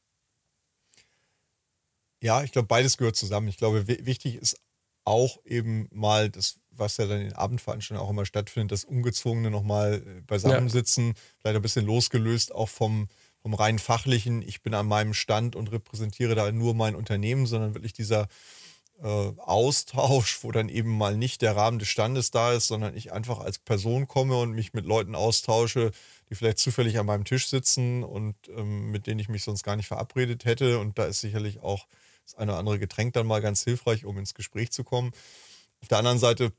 Ja, ich glaube, beides gehört zusammen. Ich glaube, w- wichtig ist auch eben mal das, was ja dann in Abendveranstaltungen auch immer stattfindet, das Ungezwungene nochmal beisammensitzen, ja. Vielleicht ein bisschen losgelöst auch vom, vom rein fachlichen, ich bin an meinem Stand und repräsentiere da nur mein Unternehmen, sondern wirklich dieser äh, Austausch, wo dann eben mal nicht der Rahmen des Standes da ist, sondern ich einfach als Person komme und mich mit Leuten austausche, die vielleicht zufällig an meinem Tisch sitzen und ähm, mit denen ich mich sonst gar nicht verabredet hätte. Und da ist sicherlich auch das eine oder andere Getränk dann mal ganz hilfreich, um ins Gespräch zu kommen. Auf der anderen Seite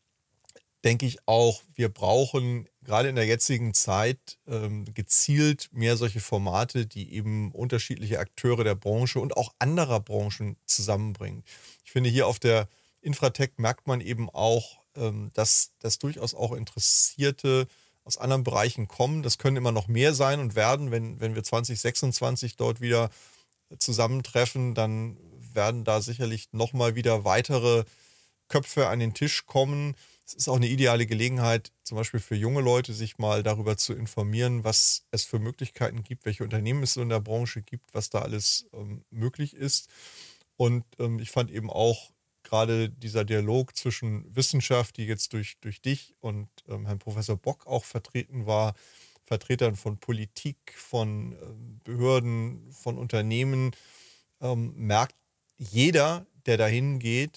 denke ich auch, wir brauchen gerade in der jetzigen Zeit ähm, gezielt mehr solche Formate, die eben unterschiedliche Akteure der Branche und auch anderer Branchen zusammenbringen. Ich finde, hier auf der Infratech merkt man eben auch, ähm, dass, dass durchaus auch Interessierte aus anderen Bereichen kommen. Das können immer noch mehr sein und werden, wenn, wenn wir zwanzig sechsundzwanzig dort wieder zusammentreffen, dann werden da sicherlich nochmal wieder weitere Köpfe an den Tisch kommen. Es ist auch eine ideale Gelegenheit, zum Beispiel für junge Leute, sich mal darüber zu informieren, was es für Möglichkeiten gibt, welche Unternehmen es so in der Branche gibt, was da alles ähm, möglich ist. Und ähm, ich fand eben auch gerade dieser Dialog zwischen Wissenschaft, die jetzt durch, durch dich und ähm, Herrn Professor Bock auch vertreten war, Vertretern von Politik, von ähm, Behörden, von Unternehmen, ähm, merkt jeder, der dahin geht,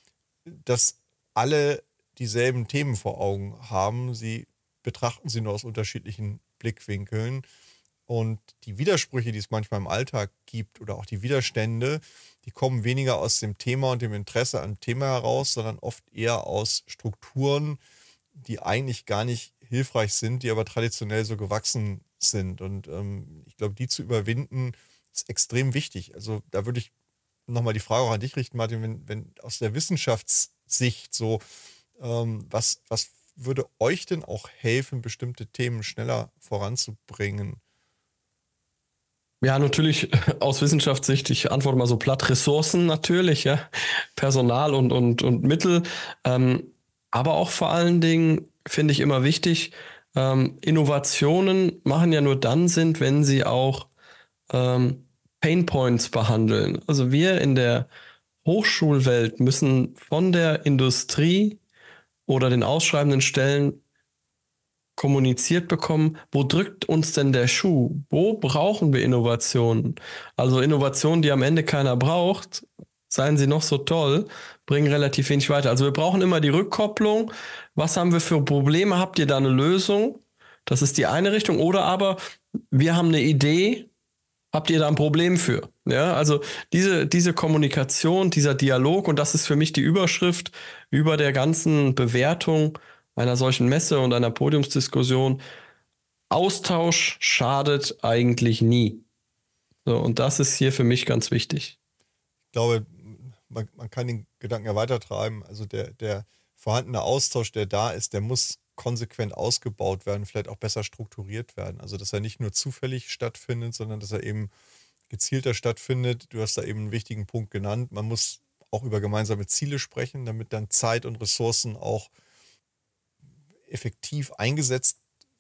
dass alle dieselben Themen vor Augen haben. Sie betrachten sie nur aus unterschiedlichen Blickwinkeln. Und die Widersprüche, die es manchmal im Alltag gibt oder auch die Widerstände, die kommen weniger aus dem Thema und dem Interesse am Thema heraus, sondern oft eher aus Strukturen, die eigentlich gar nicht hilfreich sind, die aber traditionell so gewachsen sind. Und ähm, ich glaube, die zu überwinden, ist extrem wichtig. Also da würde ich nochmal die Frage auch an dich richten, Martin, wenn, wenn aus der Wissenschaftssicht so, ähm, was, was würde euch denn auch helfen, bestimmte Themen schneller voranzubringen? Ja, natürlich aus Wissenschaftssicht, ich antworte mal so platt, Ressourcen natürlich, ja, Personal und, und, und Mittel, ähm, aber auch vor allen Dingen finde ich immer wichtig, ähm, Innovationen machen ja nur dann Sinn, wenn sie auch ähm, Painpoints behandeln. Also wir in der Hochschulwelt müssen von der Industrie oder den ausschreibenden Stellen kommuniziert bekommen, wo drückt uns denn der Schuh? Wo brauchen wir Innovationen? Also Innovationen, die am Ende keiner braucht, seien sie noch so toll, bringen relativ wenig weiter. Also wir brauchen immer die Rückkopplung. Was haben wir für Probleme? Habt ihr da eine Lösung? Das ist die eine Richtung. Oder aber wir haben eine Idee. Habt ihr da ein Problem für? Ja, also diese, diese Kommunikation, dieser Dialog, und das ist für mich die Überschrift über der ganzen Bewertung einer solchen Messe und einer Podiumsdiskussion. Austausch schadet eigentlich nie. So, und das ist hier für mich ganz wichtig. Ich glaube, man, man kann den Gedanken ja weitertreiben. Also der, der vorhandene Austausch, der da ist, der muss konsequent ausgebaut werden, vielleicht auch besser strukturiert werden. Also dass er nicht nur zufällig stattfindet, sondern dass er eben gezielter stattfindet. Du hast da eben einen wichtigen Punkt genannt. Man muss auch über gemeinsame Ziele sprechen, damit dann Zeit und Ressourcen auch effektiv eingesetzt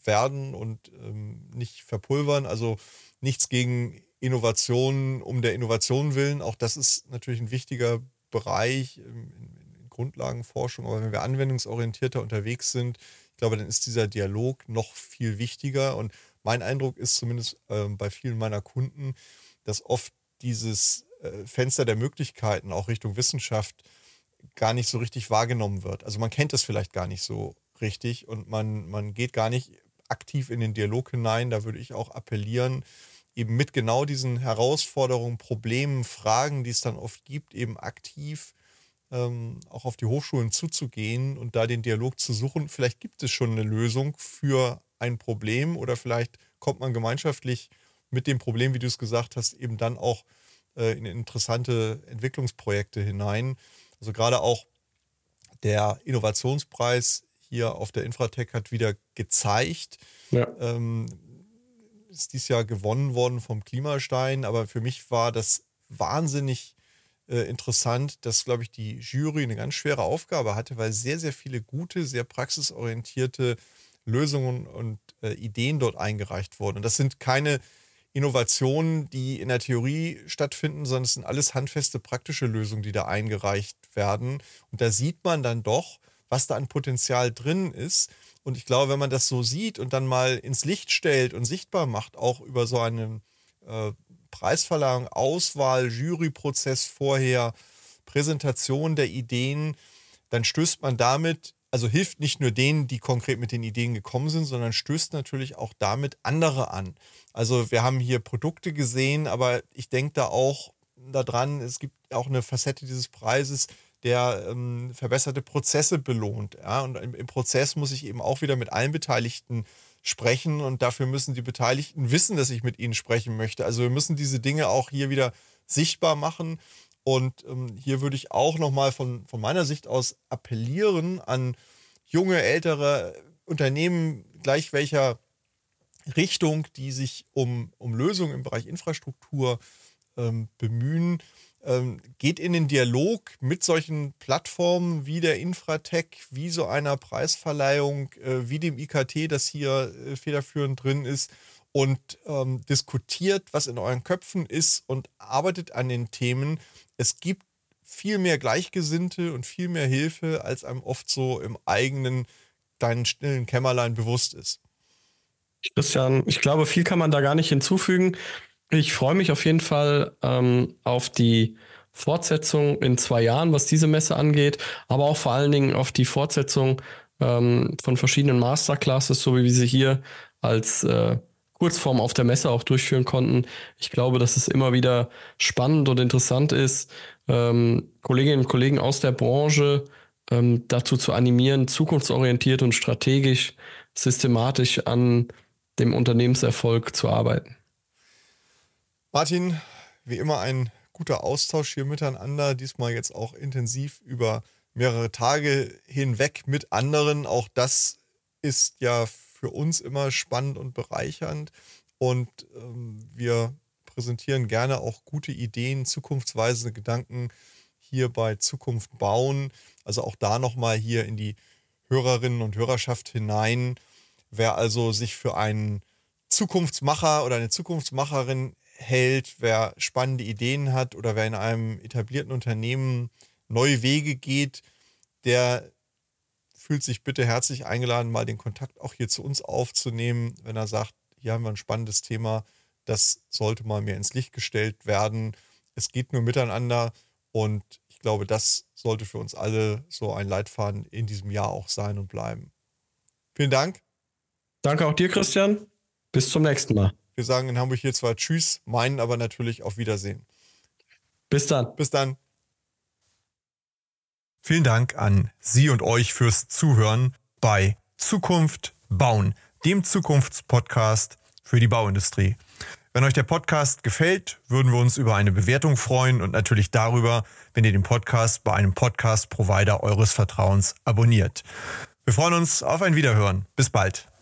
werden und ähm, nicht verpulvern. Also nichts gegen Innovationen um der Innovation willen. Auch das ist natürlich ein wichtiger Bereich in, in Grundlagenforschung. Aber wenn wir anwendungsorientierter unterwegs sind, ich glaube, dann ist dieser Dialog noch viel wichtiger. Und mein Eindruck ist zumindest äh, bei vielen meiner Kunden, dass oft dieses äh, Fenster der Möglichkeiten auch Richtung Wissenschaft gar nicht so richtig wahrgenommen wird. Also man kennt es vielleicht gar nicht so richtig und man, man geht gar nicht aktiv in den Dialog hinein. Da würde ich auch appellieren, eben mit genau diesen Herausforderungen, Problemen, Fragen, die es dann oft gibt, eben aktiv ähm, auch auf die Hochschulen zuzugehen und da den Dialog zu suchen. Vielleicht gibt es schon eine Lösung für ein Problem oder vielleicht kommt man gemeinschaftlich mit dem Problem, wie du es gesagt hast, eben dann auch äh, in interessante Entwicklungsprojekte hinein. Also gerade auch der Innovationspreis hier auf der Infratech hat wieder gezeigt, ja. ähm, ist dieses Jahr gewonnen worden vom Klimastein, aber für mich war das wahnsinnig äh, interessant, dass, glaube ich, die Jury eine ganz schwere Aufgabe hatte, weil sehr, sehr viele gute, sehr praxisorientierte Lösungen und äh, Ideen dort eingereicht wurden. Und das sind keine Innovationen, die in der Theorie stattfinden, sondern es sind alles handfeste praktische Lösungen, die da eingereicht werden. Und da sieht man dann doch, was da an Potenzial drin ist. Und ich glaube, wenn man das so sieht und dann mal ins Licht stellt und sichtbar macht, auch über so eine äh, Preisverleihung, Auswahl, Juryprozess vorher, Präsentation der Ideen, dann stößt man damit, also hilft nicht nur denen, die konkret mit den Ideen gekommen sind, sondern stößt natürlich auch damit andere an. Also wir haben hier Produkte gesehen, aber ich denke da auch daran, es gibt auch eine Facette dieses Preises, der ähm, verbesserte Prozesse belohnt. Ja? Und im, im Prozess muss ich eben auch wieder mit allen Beteiligten sprechen und dafür müssen die Beteiligten wissen, dass ich mit ihnen sprechen möchte. Also wir müssen diese Dinge auch hier wieder sichtbar machen. Und ähm, hier würde ich auch nochmal von, von meiner Sicht aus appellieren an junge, ältere Unternehmen, gleich welcher Richtung, die sich um, um Lösungen im Bereich Infrastruktur ähm, bemühen. Ähm, geht in den Dialog mit solchen Plattformen wie der Infratech, wie so einer Preisverleihung, äh, wie dem I K T, das hier äh, federführend drin ist, und ähm, diskutiert, was in euren Köpfen ist und arbeitet an den Themen. Es gibt viel mehr Gleichgesinnte und viel mehr Hilfe, als einem oft so im eigenen kleinen stillen Kämmerlein bewusst ist. Christian, ich glaube, viel kann man da gar nicht hinzufügen. Ich freue mich auf jeden Fall ähm, auf die Fortsetzung in zwei Jahren, was diese Messe angeht, aber auch vor allen Dingen auf die Fortsetzung ähm, von verschiedenen Masterclasses, so wie wir sie hier als äh, Kurzform auf der Messe auch durchführen konnten. Ich glaube, dass es immer wieder spannend und interessant ist, ähm, Kolleginnen und Kollegen aus der Branche ähm, dazu zu animieren, zukunftsorientiert und strategisch, systematisch an dem Unternehmenserfolg zu arbeiten. Martin, wie immer ein guter Austausch hier miteinander, diesmal jetzt auch intensiv über mehrere Tage hinweg mit anderen. Auch das ist ja für uns immer spannend und bereichernd und ähm, wir präsentieren gerne auch gute Ideen, zukunftsweisende Gedanken hier bei Zukunft bauen. Also auch da nochmal hier in die Hörerinnen und Hörerschaft hinein. Wer also sich für einen Zukunftsmacher oder eine Zukunftsmacherin hält, wer spannende Ideen hat oder wer in einem etablierten Unternehmen neue Wege geht, der fühlt sich bitte herzlich eingeladen, mal den Kontakt auch hier zu uns aufzunehmen, wenn er sagt, hier haben wir ein spannendes Thema, das sollte mal mehr ins Licht gestellt werden. Es geht nur miteinander und ich glaube, das sollte für uns alle so ein Leitfaden in diesem Jahr auch sein und bleiben. Vielen Dank. Danke auch dir, Christian. Bis zum nächsten Mal. Wir sagen in Hamburg hier zwar Tschüss, meinen aber natürlich auf Wiedersehen. Bis dann. Bis dann. Vielen Dank an Sie und euch fürs Zuhören bei Zukunft bauen, dem Zukunftspodcast für die Bauindustrie. Wenn euch der Podcast gefällt, würden wir uns über eine Bewertung freuen und natürlich darüber, wenn ihr den Podcast bei einem Podcast-Provider eures Vertrauens abonniert. Wir freuen uns auf ein Wiederhören. Bis bald.